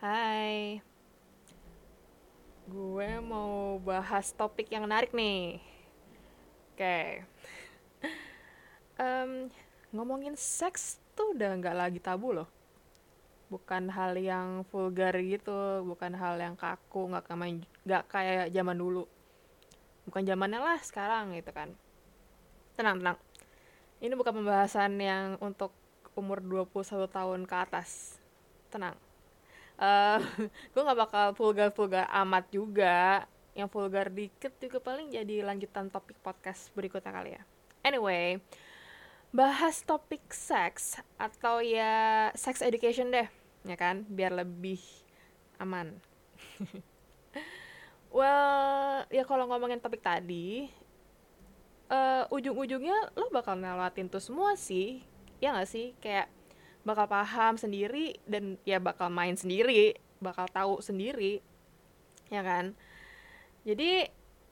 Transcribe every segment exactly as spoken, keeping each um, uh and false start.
Hai, gue mau bahas topik yang menarik nih. Oke, Em, ngomongin seks tuh udah nggak lagi tabu loh. Bukan hal yang vulgar gitu, bukan hal yang kaku, nggak kayak nggak kayak zaman dulu. Bukan zamannya lah sekarang gitu kan. Tenang, tenang. Ini bukan pembahasan yang untuk umur dua puluh satu tahun ke atas. Tenang. Eh, gue nggak bakal vulgar-vulgar amat juga. Yang vulgar dikit juga paling jadi lanjutan topik podcast berikutnya kali ya. Anyway, bahas topik seks atau ya sex education deh, ya kan, biar lebih aman. Well, ya kalau ngomongin topik tadi, eh, ujung-ujungnya lo bakal ngelewatin tuh semua sih, ya nggak sih? Kayak bakal paham sendiri dan ya bakal main sendiri, bakal tahu sendiri, ya kan? Jadi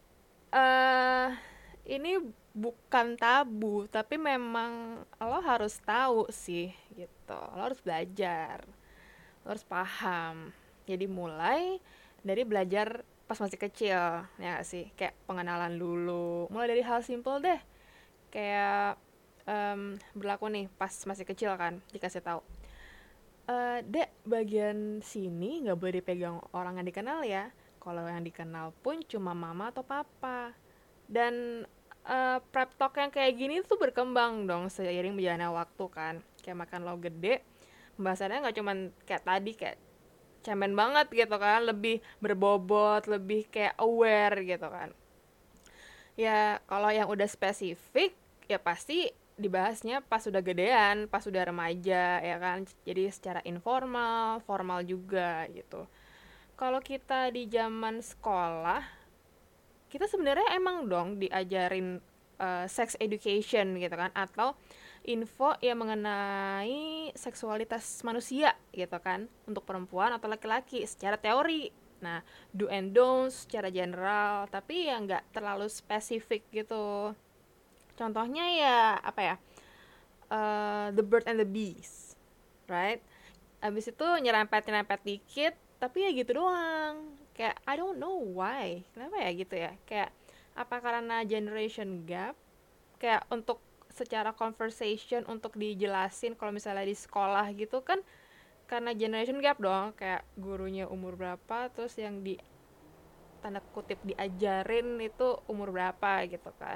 eh ini bukan tabu, tapi memang lo harus tahu sih gitu. Lo harus belajar, lo harus paham. Jadi mulai dari belajar pas masih kecil, ya gak sih? Kayak pengenalan dulu. Mulai dari hal simple deh. Kayak em, berlaku nih pas masih kecil kan, dikasih tahu. Eh, dek, bagian sini nggak boleh dipegang orang yang dikenal ya. Kalau yang dikenal pun cuma mama atau papa. Dan eh, prep talk yang kayak gini tuh berkembang dong seiring berjalannya waktu kan. Kayak makan lo gede, pembahasannya nggak cuman kayak tadi kayak cemen banget gitu kan, lebih berbobot, lebih kayak aware gitu kan. Ya kalau yang udah spesifik ya pasti dibahasnya pas udah gedean, pas udah remaja ya kan. Jadi secara informal, formal juga gitu. Kalau kita di zaman sekolah, kita sebenarnya emang dong diajarin uh, sex education gitu kan, atau info yang mengenai seksualitas manusia gitu kan, untuk perempuan atau laki-laki secara teori. Nah, do and don'ts secara general, tapi ya nggak terlalu spesifik gitu. Contohnya ya apa ya, uh, the bird and the bees, right? Abis itu nyerempet-nyerempet dikit, tapi ya gitu doang. Kayak I don't know why, kenapa ya gitu ya. Kayak apa karena generation gap, kayak untuk secara conversation untuk dijelasin kalau misalnya di sekolah gitu kan, karena generation gap dong, kayak gurunya umur berapa, terus yang di tanda kutip diajarin itu umur berapa gitu kan.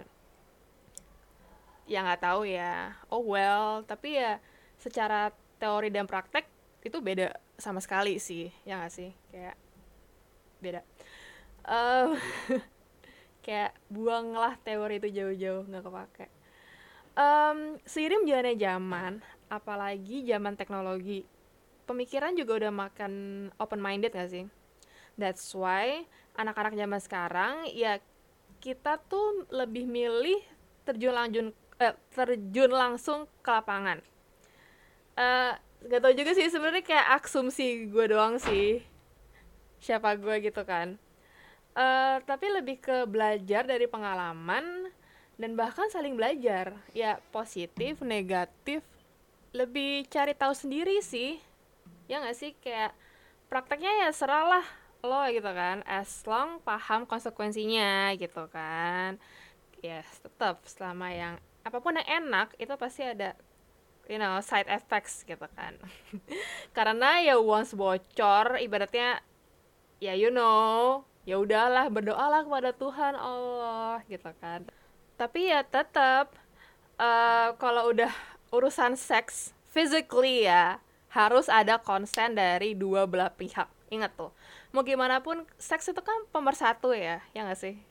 Ya nggak tahu ya, oh well, tapi ya secara teori dan praktek itu beda sama sekali sih, ya nggak sih, kayak beda. um, Kayak buanglah teori itu jauh-jauh, nggak kepake. Um, seiring jalannya zaman, apalagi zaman teknologi, pemikiran juga udah makan open minded gak sih? That's why anak-anak zaman sekarang ya kita tuh lebih milih terjun langsung eh, terjun langsung ke lapangan. Eh gak tau juga sih sebenarnya, kayak asumsi gue doang sih siapa gue gitu kan. Eh tapi lebih ke belajar dari pengalaman dan bahkan saling belajar, ya positif negatif, lebih cari tahu sendiri sih, ya nggak sih. Kayak prakteknya ya seralah lo gitu kan, as long paham konsekuensinya gitu kan. Ya yes, tetap selama yang apapun yang enak itu pasti ada, you know, side effects gitu kan. Karena ya once bocor ibaratnya, ya you know, ya udahlah, berdoalah kepada Tuhan Allah gitu kan. Tapi ya tetap uh, kalau udah urusan seks physically ya harus ada konsen dari dua belah pihak. Ingat tuh, mau gimana pun seks itu kan pemersatu ya, ya nggak sih?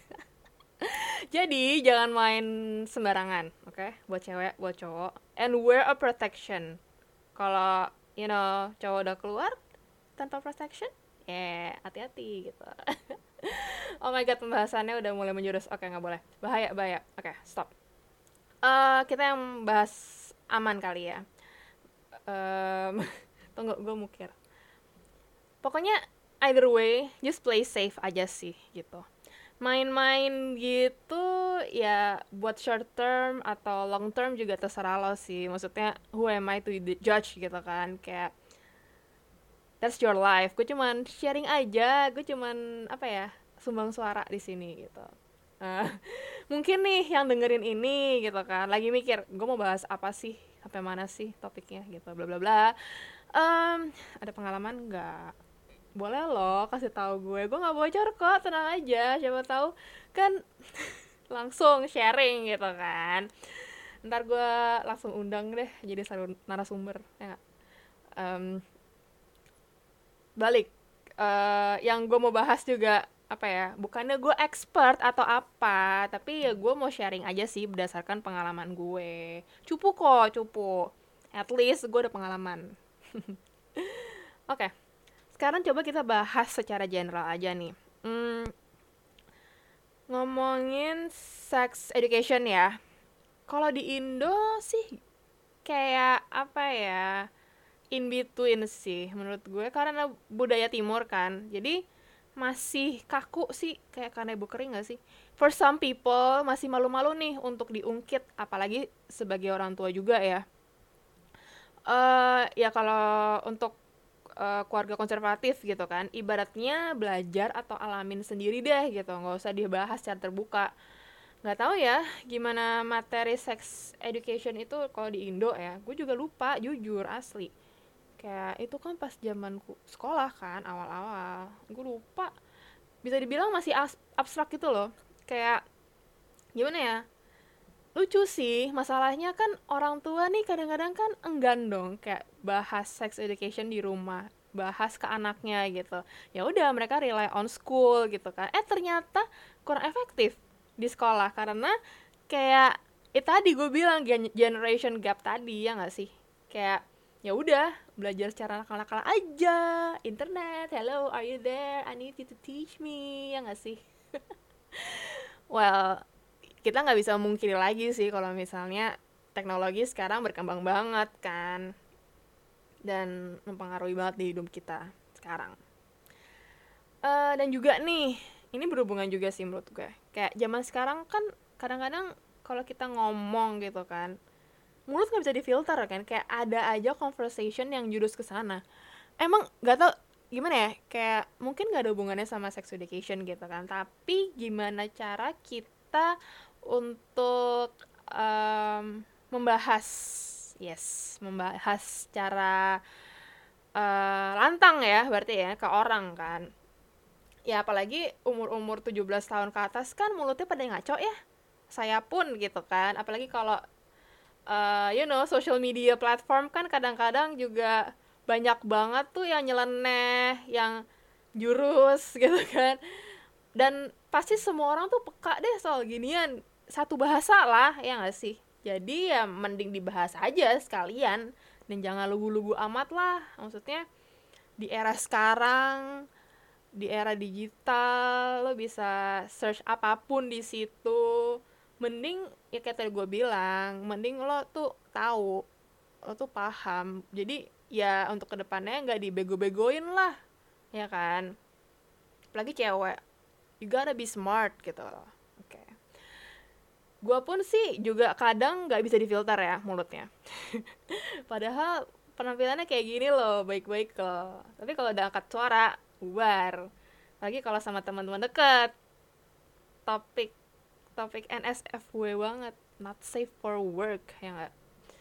Jadi jangan main sembarangan, oke? Okay? Buat cewek, buat cowok, and wear a protection. Kalau you know cowok udah keluar tanpa protection, ya yeah, hati-hati gitu. Oh my god, pembahasannya udah mulai menjurus. Oke, okay, nggak boleh, bahaya bahaya. Oke, okay, stop. Uh, kita yang bahas aman kali ya. Um, tunggu, gue mukir. Pokoknya either way, just play safe aja sih gitu. Main-main gitu ya buat short term atau long term juga terserah lo sih. Maksudnya who am I to judge gitu kan. Kayak that's your life. Gue cuman sharing aja, gue cuman apa ya, sumbang suara di sini gitu. Uh, mungkin nih yang dengerin ini gitu kan lagi mikir gue mau bahas apa sih, sampai mana sih topiknya gitu, bla bla bla. Um, ada pengalaman nggak? Boleh loh kasih tahu gue, gue nggak bocor kok, tenang aja. Siapa tahu kan langsung sharing gitu kan. Ntar gue langsung undang deh jadi narasumber ya nggak? Um, balik uh, yang gue mau bahas juga apa ya, bukannya gue expert atau apa, tapi ya gue mau sharing aja sih berdasarkan pengalaman gue. Cupu kok, cupu. At least gue ada pengalaman. Oke, okay. Sekarang coba kita bahas secara general aja nih. Hmm, ngomongin sex education ya. Kalau di Indo sih kayak apa ya, in between sih menurut gue, karena budaya timur kan. Jadi masih kaku sih, kayak kanebo kering gak sih? For some people masih malu-malu nih untuk diungkit, apalagi sebagai orang tua juga ya. Uh, ya kalau untuk uh, keluarga konservatif gitu kan, ibaratnya belajar atau alamin sendiri deh gitu, nggak usah dibahas secara terbuka. Nggak tahu ya gimana materi sex education itu kalau di Indo ya, gue juga lupa jujur asli. Kayak itu kan pas zamanku sekolah kan, awal-awal. Gue lupa. Bisa dibilang masih as- abstrak gitu loh. Kayak gimana ya? Lucu sih, masalahnya kan orang tua nih kadang-kadang kan enggan dong kayak bahas sex education di rumah, bahas ke anaknya gitu. Ya udah mereka rely on school gitu kan. Eh ternyata kurang efektif di sekolah karena kayak eh tadi gue bilang generation gap tadi ya nggak sih? Kayak ya udah belajar secara nakal-nakal aja, internet, hello are you there, I need you to teach me, ya nggak sih? Well, kita nggak bisa mungkiri lagi sih kalau misalnya teknologi sekarang berkembang banget kan, dan mempengaruhi banget di hidup kita sekarang. Uh, dan juga nih, ini berhubungan juga sih menurut gue, kayak zaman sekarang kan kadang-kadang kalau kita ngomong gitu kan, mulut nggak bisa difilter kan, kayak ada aja conversation yang jurus ke sana. Emang nggak tau gimana ya, kayak mungkin nggak ada hubungannya sama sex education gitu kan, tapi gimana cara kita untuk um, membahas, yes, membahas secara uh, lantang ya, berarti ya ke orang kan. Ya apalagi umur-umur tujuh belas tahun ke atas kan mulutnya pada ngaco ya. Saya pun gitu kan, apalagi kalau Uh, you know, social media platform kan kadang-kadang juga banyak banget tuh yang nyeleneh, yang jurus gitu kan. Dan pasti semua orang tuh peka deh soal ginian. Satu bahasa lah, ya gak sih? Jadi ya mending dibahas aja sekalian. Dan jangan lugu-lugu amat lah. Maksudnya di era sekarang, di era digital, lo bisa search apapun di situ. Mending ya kayak tadi gue bilang, mending lo tuh tahu, lo tuh paham. Jadi ya untuk kedepannya nggak dibego-begoin lah, ya kan? Apalagi cewek, you gotta be smart gitu loh. Oke. Okay. Gue pun sih juga kadang nggak bisa difilter ya mulutnya. Padahal penampilannya kayak gini loh, baik-baik loh. Tapi kalau udah angkat suara, bubar. Lagi kalau sama teman-teman deket, topik topik N S F W banget, not safe for work, ya nggak?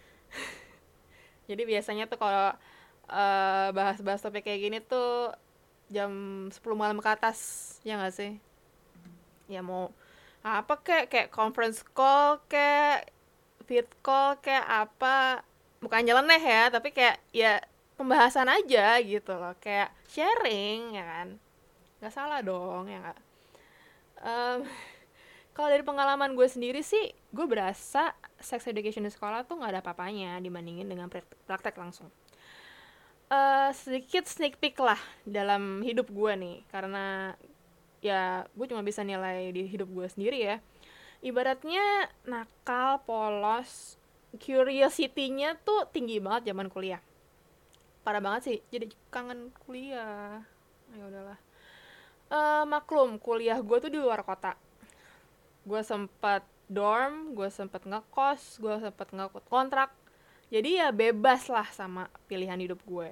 Jadi biasanya tuh kalau uh, bahas-bahas topik kayak gini tuh jam sepuluh malam ke atas, ya nggak sih? Ya mau apa kek, kayak conference call kek, vid call kek apa, bukan nyeleneh ya, tapi kayak ya pembahasan aja gitu loh, kayak sharing ya kan, nggak salah dong ya nggak? Um, Kalau dari pengalaman gue sendiri sih, gue berasa sex education di sekolah tuh nggak ada apa-apanya dibandingin dengan praktek langsung. Uh, sedikit sneak peek lah dalam hidup gue nih, karena ya gue cuma bisa nilai di hidup gue sendiri ya. Ibaratnya nakal, polos, curiosity-nya tuh tinggi banget zaman kuliah. Parah banget sih, jadi kangen kuliah. Ya udahlah. Uh, maklum, kuliah gue tuh di luar kota. Gue sempat dorm, gue sempat ngekos, gue sempat ngekut kontrak. Jadi ya bebas lah sama pilihan hidup gue.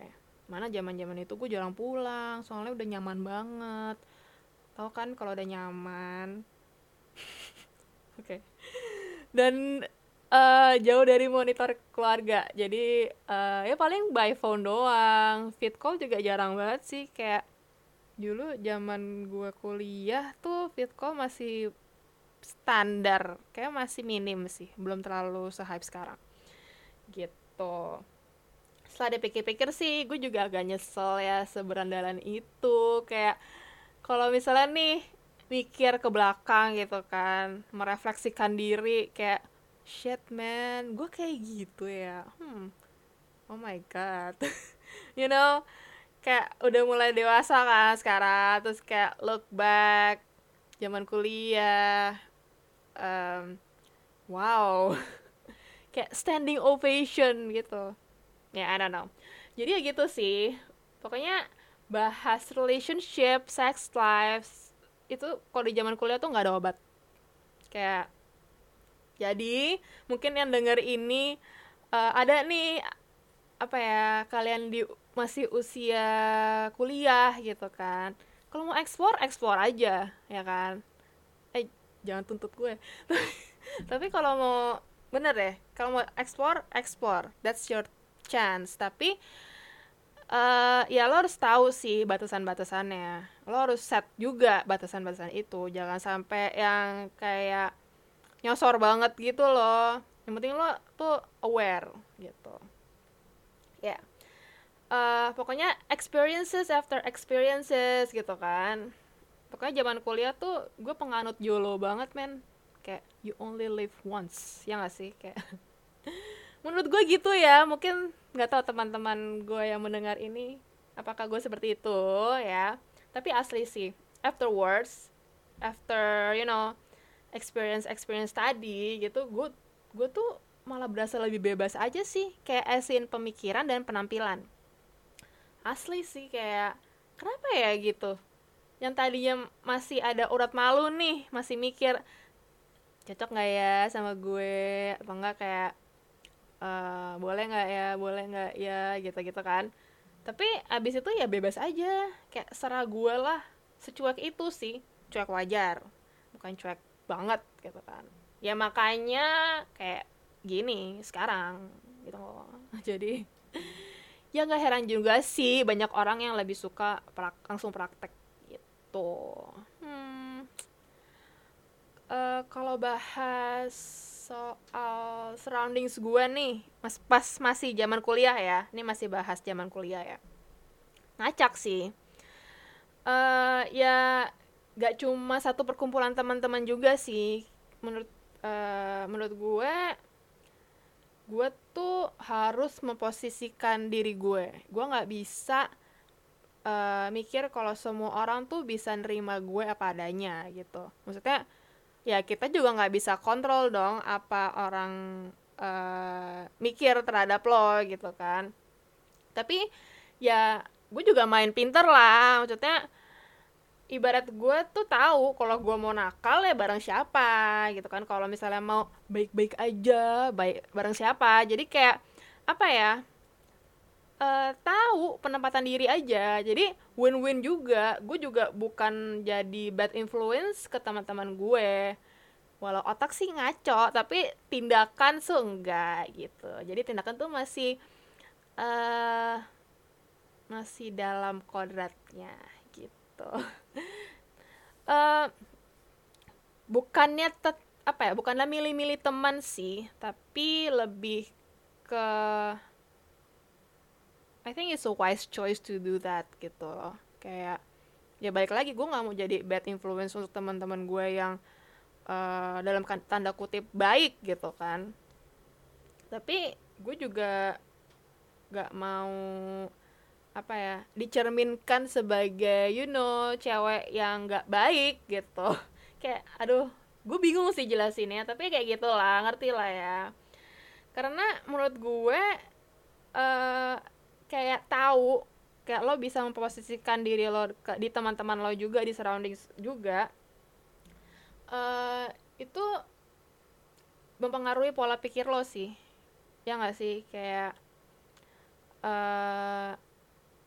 Mana zaman-zaman itu gue jarang pulang, soalnya udah nyaman banget. Tahu kan kalau udah nyaman. Oke. Okay. Dan eh, jauh dari monitor keluarga. Jadi eh, ya paling by phone doang. Vid call juga jarang banget sih. Kayak dulu zaman gue kuliah tuh vid call masih standar. Kayak masih minim sih. Belum terlalu se-hype sekarang. Gitu. Setelah dipikir-pikir sih, gue juga agak nyesel ya seberandalan itu. Kayak kalau misalnya nih mikir ke belakang gitu kan, merefleksikan diri kayak shit man, gue kayak gitu ya. Hmm, oh my god. You know, kayak udah mulai dewasa kan sekarang, terus kayak look back zaman kuliah. Um, wow, kayak standing ovation gitu. Ya, yeah, I don't know. Jadi ya gitu sih. Pokoknya bahas relationship, sex lives itu kalau di zaman kuliah tuh nggak ada obat. Kayak jadi mungkin yang denger ini uh, ada nih apa ya kalian di masih usia kuliah gitu kan. Kalau mau explore, explore aja ya kan. Eh jangan tuntut gue. Tapi kalau mau bener deh, kalau mau explore, explore. That's your chance. Tapi uh, ya lo harus tahu sih batasan-batasannya. Lo harus set juga batasan-batasan itu. Jangan sampai yang kayak nyosor banget gitu loh. Yang penting lo tuh aware gitu. Ya. Yeah. Uh, pokoknya experiences after experiences gitu kan. Pokoknya zaman kuliah tuh gue penganut YOLO banget men. Kayak you only live once. Ya gak sih? Kayak menurut gue gitu ya, mungkin nggak tahu teman-teman gue yang mendengar ini apakah gue seperti itu ya, tapi asli sih afterwards, after you know experience experience tadi gitu, gue gue tuh malah berasa lebih bebas aja sih, kayak asin pemikiran dan penampilan. Asli sih kayak kenapa ya gitu, yang tadinya masih ada urat malu nih, masih mikir cocok nggak ya sama gue atau enggak, kayak Uh, boleh nggak ya, boleh nggak ya, gitu-gitu kan. Tapi abis itu ya bebas aja, kayak serah gue lah, secuek itu sih, cuek wajar, bukan cuek banget gitu kan. Ya makanya kayak gini sekarang gitu loh. Jadi ya nggak heran juga sih banyak orang yang lebih suka prak- langsung praktek gitu. Hmm, uh, kalau bahas soal surroundings gue nih, mas pas masih zaman kuliah ya, ini masih bahas zaman kuliah ya, ngacak sih. Uh, ya gak cuma satu perkumpulan teman-teman juga sih. Menurut uh, menurut gue, gue tuh harus memposisikan diri gue. Gue nggak bisa uh, mikir kalau semua orang tuh bisa nerima gue apa adanya gitu. Maksudnya ya kita juga nggak bisa kontrol dong apa orang uh, mikir terhadap lo gitu kan. Tapi ya gue juga main pinter lah, maksudnya ibarat gue tuh tahu kalau gue mau nakal ya bareng siapa gitu kan, kalau misalnya mau baik-baik aja baik bareng siapa. Jadi kayak apa ya, uh, tahu penempatan diri aja, jadi win-win juga. Gue juga bukan jadi bad influence ke teman-teman gue, walau otak sih ngaco tapi tindakan tuh enggak gitu. Jadi tindakan tuh masih uh, masih dalam kodratnya gitu. uh, bukannya tet, apa ya, bukanlah milih-milih teman sih, tapi lebih ke I think it's a wise choice to do that gitu loh. Kayak ya balik lagi, gue nggak mau jadi bad influence untuk teman-teman gue yang uh, dalam tanda kutip baik gitu kan. Tapi gue juga gak mau apa ya, dicerminkan sebagai you know cewek yang gak baik gitu. Kayak aduh, gue bingung sih jelasinnya, tapi kayak gitulah, ngerti lah ya. Karena menurut gue uh, kayak tahu, kayak lo bisa memposisikan diri lo ke, di teman-teman lo juga, di surroundings juga, uh, itu mempengaruhi pola pikir lo sih, ya nggak sih? Kayak uh,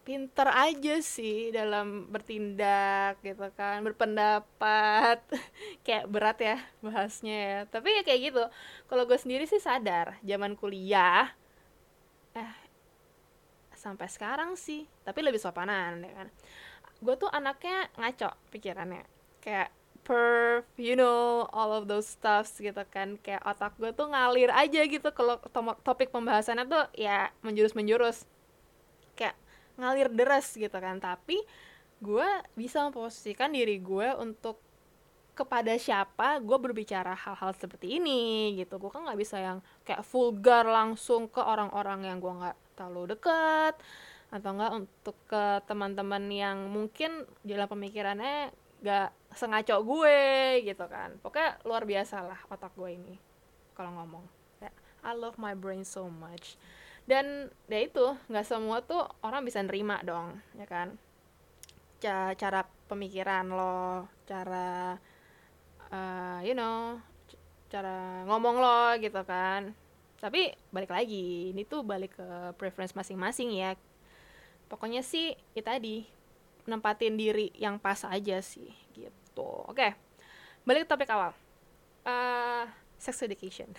pinter aja sih dalam bertindak gitu kan, berpendapat. Kayak berat ya bahasnya ya, tapi ya kayak gitu. Kalau gue sendiri sih sadar zaman kuliah, eh sampai sekarang sih, tapi lebih sopanan ya kan. Gue tuh anaknya ngaco pikirannya, kayak perf, you know, all of those stuffs gitu kan. Kayak otak gue tuh ngalir aja gitu kalau topik pembahasannya tuh ya menjurus-menjurus, kayak ngalir deras gitu kan. Tapi gue bisa memposisikan diri gue untuk kepada siapa gue berbicara hal-hal seperti ini gitu. Gue kan nggak bisa yang kayak vulgar langsung ke orang-orang yang gue nggak terlalu dekat, atau enggak untuk ke teman-teman yang mungkin jalan pemikirannya gak sengaco gue gitu kan. Pokoknya luar biasa lah otak gue ini kalau ngomong. Ya, I love my brain so much. Dan ya itu, gak semua tuh orang bisa nerima dong, ya kan. Ca- cara pemikiran lo, cara uh, you know, cara ngomong lo gitu kan. Tapi balik lagi, ini tuh balik ke preference masing-masing ya. Pokoknya sih itu tadi, nempatin diri yang pas aja sih gitu. Oke, balik ke topik awal, uh, sex education.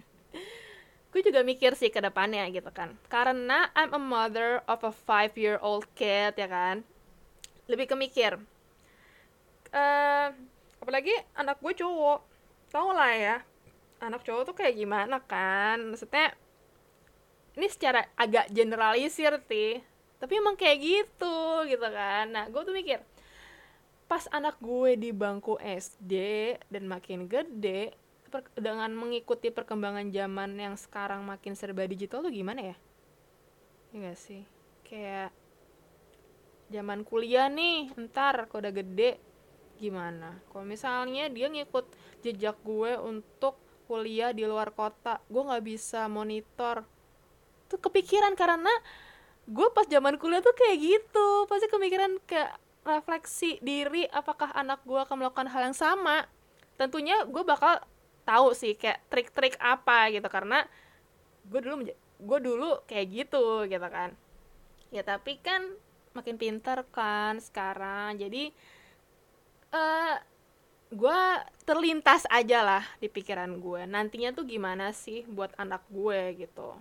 Gue juga mikir sih ke depannya gitu kan, karena I'm a mother of a five year old kid ya kan. Lebih ke mikir, uh, apalagi anak gue cowok, tau lah ya anak cowok tuh kayak gimana kan. Maksudnya ini secara agak generalisir sih, tapi emang kayak gitu gitu kan. Nah gue tuh mikir, pas anak gue di bangku S D dan makin gede, per- dengan mengikuti perkembangan zaman yang sekarang makin serba digital tuh gimana ya? Ya gak sih? Kayak zaman kuliah nih, ntar kalau udah gede gimana? Kalau misalnya dia ngikut jejak gue untuk kuliah di luar kota, gue gak bisa monitor. Tuh kepikiran karena gue pas zaman kuliah tuh kayak gitu. Pasti kepikiran kayak refleksi diri, apakah anak gue akan melakukan hal yang sama. Tentunya gue bakal tahu sih kayak trik-trik apa gitu, karena gue dulu gue dulu kayak gitu gitu kan. Ya tapi kan makin pintar kan sekarang, jadi uh, gue terlintas aja lah di pikiran gue nantinya tuh gimana sih buat anak gue gitu.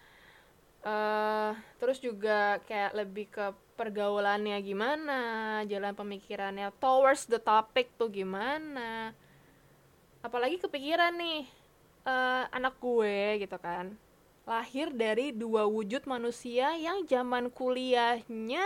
Uh, terus juga kayak lebih ke pergaulannya gimana, jalan pemikirannya towards the topic tuh gimana. Apalagi kepikiran nih, uh, anak gue gitu kan lahir dari dua wujud manusia yang zaman kuliahnya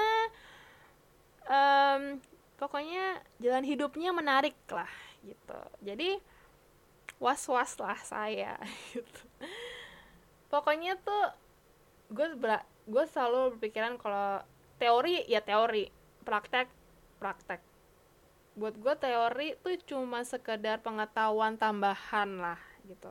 um, pokoknya jalan hidupnya menarik lah gitu. Jadi was-was lah saya gitu. Pokoknya tuh gue ber- gue selalu berpikiran kalau teori ya teori, praktek praktek. Buat gue teori tuh cuma sekedar pengetahuan tambahan lah gitu,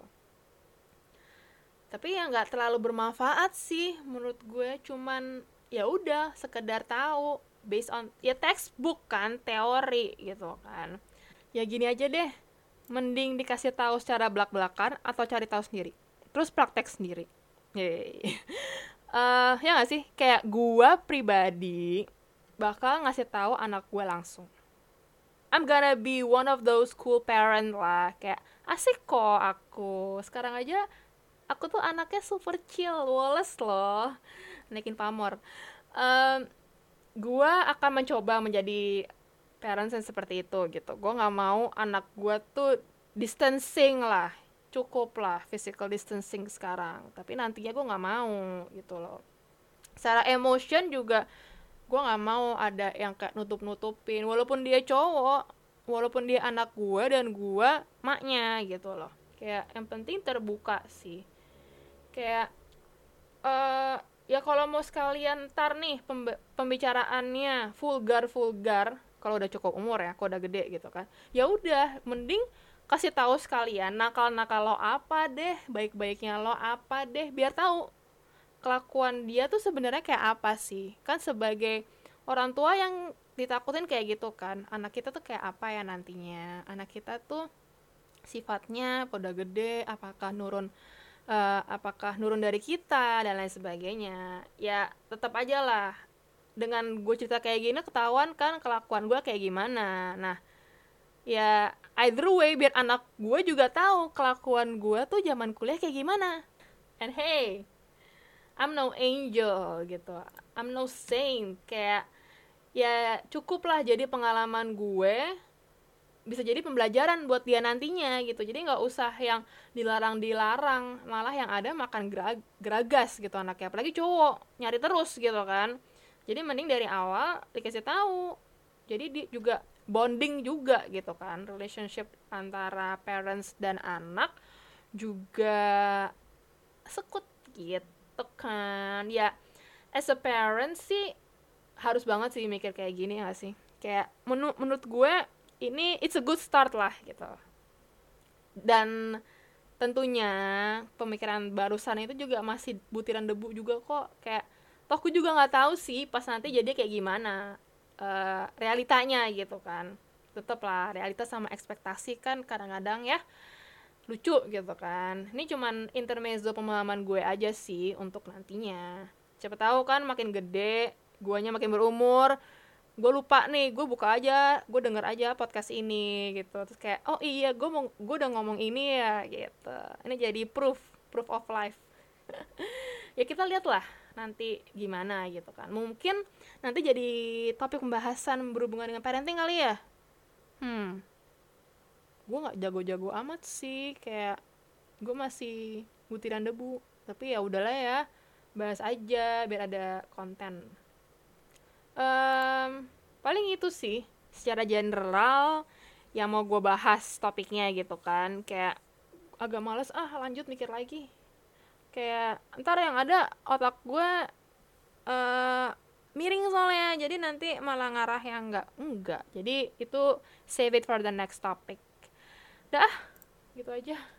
tapi ya nggak terlalu bermanfaat sih menurut gue. Cuman ya udah sekedar tahu based on ya textbook kan, teori gitu kan. Ya gini aja deh, mending dikasih tahu secara belak-belakan atau cari tahu sendiri terus praktek sendiri. Yeay. Uh, ya nggak sih, kayak gue pribadi bakal ngasih tahu anak gue langsung. I'm gonna be one of those cool parent lah, kayak asik kok aku sekarang aja, aku tuh anaknya super chill, Wallace loh, naikin pamor. Um, gue akan mencoba menjadi parents yang seperti itu gitu. Gue nggak mau anak gue tuh distancing lah, cukup lah physical distancing sekarang, tapi nantinya gue nggak mau gitu loh. Secara emotion juga gue nggak mau ada yang kayak nutup-nutupin, walaupun dia cowok, walaupun dia anak gue dan gue maknya gitu loh. Kayak yang penting terbuka sih. Kayak uh, ya kalau mau sekalian ntar nih pemb- pembicaraannya vulgar-vulgar, kalau udah cukup umur ya, kalau udah gede gitu kan, ya udah mending kasih tahu sekalian nakal-nakal lo apa deh, baik-baiknya lo apa deh, biar tahu kelakuan dia tuh sebenarnya kayak apa sih. Kan sebagai orang tua yang ditakutin kayak gitu kan, anak kita tuh kayak apa ya nantinya, anak kita tuh sifatnya udah gede apakah nurun, uh, apakah nurun dari kita dan lain sebagainya. Ya tetap aja lah dengan gue cerita kayak gini ketahuan kan kelakuan gue kayak gimana. Nah ya either way biar anak gue juga tahu kelakuan gue tuh zaman kuliah kayak gimana. And hey, I'm no angel gitu, I'm no saint. Kayak ya cukup lah jadi pengalaman gue, bisa jadi pembelajaran buat dia nantinya gitu. Jadi nggak usah yang dilarang-dilarang, malah yang ada makan gerag- geragas gitu anaknya, apalagi cowok nyari terus gitu kan. Jadi mending dari awal dikasih tahu, jadi dia juga bonding juga gitu kan, relationship antara parents dan anak juga sekut gitu kan. Ya as a parent sih harus banget sih mikir kayak gini gak sih, kayak menurut menurut gue ini it's a good start lah gitu. Dan tentunya pemikiran barusan itu juga masih butiran debu juga kok, kayak toh aku juga nggak tahu sih pas nanti jadi kayak gimana uh, realitanya gitu kan. Tetep lah realitas sama ekspektasi kan kadang-kadang ya lucu gitu kan. Ini cuman intermezzo pemahaman gue aja sih untuk nantinya. Siapa tahu kan makin gede, guanya makin berumur, gue lupa nih, gue buka aja, gue denger aja podcast ini gitu, terus kayak oh iya gue mau gue udah ngomong ini ya gitu. Ini jadi proof proof of life. Ya kita lihat lah nanti gimana gitu kan. Mungkin nanti jadi topik pembahasan berhubungan dengan parenting kali ya. Hmm, gue nggak jago-jago amat sih, kayak gue masih butiran debu. Tapi ya udahlah ya, bahas aja biar ada konten. Um, paling itu sih secara general yang mau gue bahas topiknya gitu kan. Kayak agak males ah lanjut mikir lagi, kayak ntar yang ada otak gue uh, miring soalnya, jadi nanti malah ngarah yang enggak enggak. Jadi itu save it for the next topic. Dah gitu aja.